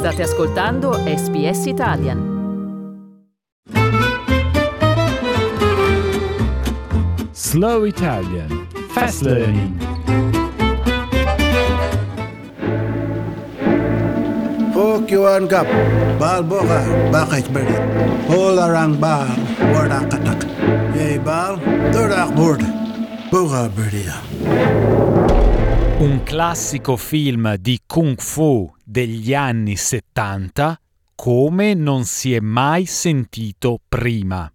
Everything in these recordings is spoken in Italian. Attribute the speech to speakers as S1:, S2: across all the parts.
S1: State ascoltando SBS Italian.
S2: Slow Italian. Fast Learning.
S3: Pokyuan kap, bal boka, bakit beri. Holarang bal, bordak katak. Yay bal, dorak board, boka beria.
S2: Un classico film di Kung Fu degli anni 70 come non si è mai sentito prima.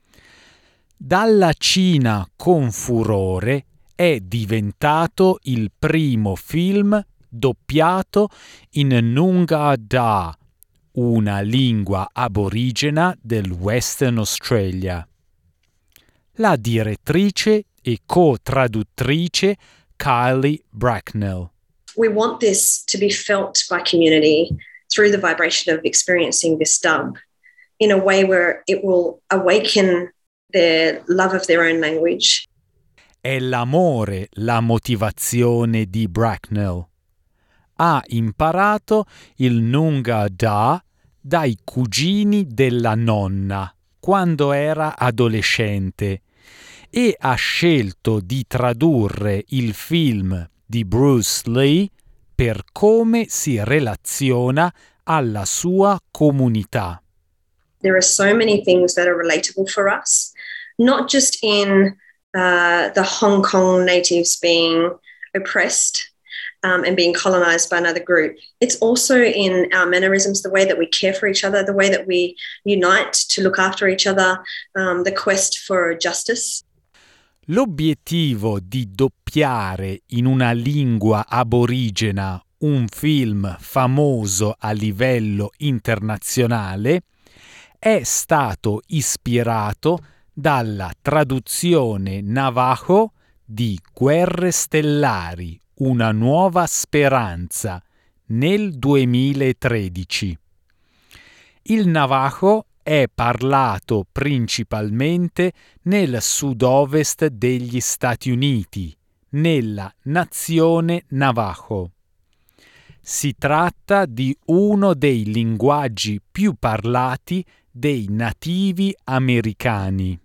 S2: Dalla Cina con furore è diventato il primo film doppiato in Noongar Da, una lingua aborigena del Western Australia. La direttrice e co-traduttrice Kylie Bracknell.
S4: We want this to be felt by community through the vibration of experiencing this dub in a way where it will awaken their love of their own language.
S2: È l'amore la motivazione di Bracknell. Ha imparato il Noongar Da dai cugini della nonna quando era adolescente e ha scelto di tradurre il film di Bruce Lee per come si relaziona alla sua comunità.
S4: There are so many things that are relatable for us, not just in the Hong Kong natives being oppressed and being colonized by another group. It's also in our mannerisms, the way that we care for each other, the way that we unite to look after each other, the quest for justice.
S2: L'obiettivo di doppiare in una lingua aborigena un film famoso a livello internazionale è stato ispirato dalla traduzione Navajo di Guerre Stellari, una nuova speranza nel 2013. Il Navajo è parlato principalmente nel sud-ovest degli Stati Uniti, nella nazione Navajo. Si tratta di uno dei linguaggi più parlati dei nativi americani.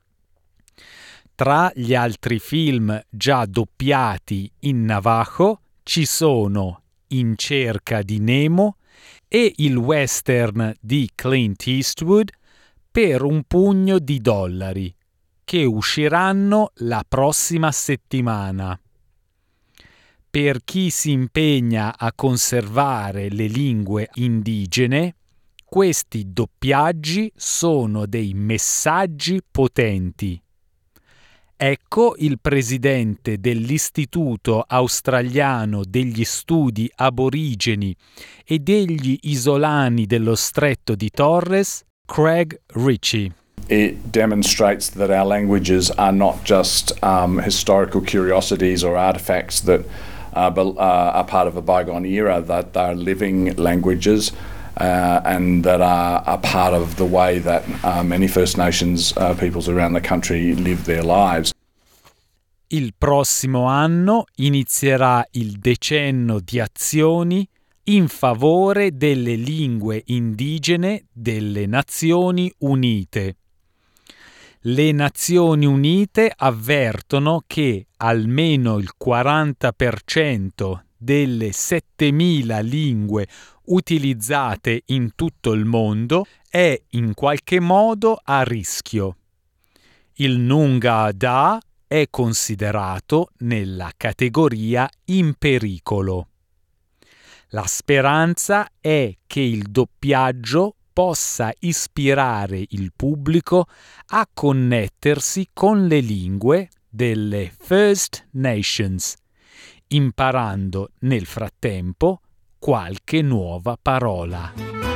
S2: Tra gli altri film già doppiati in Navajo ci sono In cerca di Nemo e il western di Clint Eastwood Per un pugno di dollari, che usciranno la prossima settimana. Per chi si impegna a conservare le lingue indigene, questi doppiaggi sono dei messaggi potenti. Ecco il presidente dell'Istituto Australiano degli Studi Aborigeni e degli Isolani dello Stretto di Torres, Craig Ritchie.
S5: It demonstrates that our languages are not just historical curiosities or artifacts that are part of a bygone era, that they're living languages and that are a part of the way that many First Nations peoples around the country live their lives.
S2: Il prossimo anno inizierà il decennio di azioni in favore delle lingue indigene delle Nazioni Unite. Le Nazioni Unite avvertono che almeno il 40% delle 7.000 lingue utilizzate in tutto il mondo è in qualche modo a rischio. Il Noongar Da è considerato nella categoria in pericolo. La speranza è che il doppiaggio possa ispirare il pubblico a connettersi con le lingue delle First Nations, imparando nel frattempo qualche nuova parola.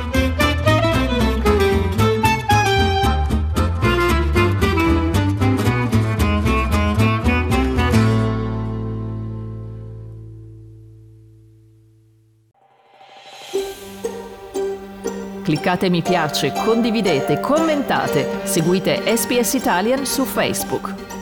S1: Cliccate mi piace, condividete, commentate, seguite SBS Italian su Facebook.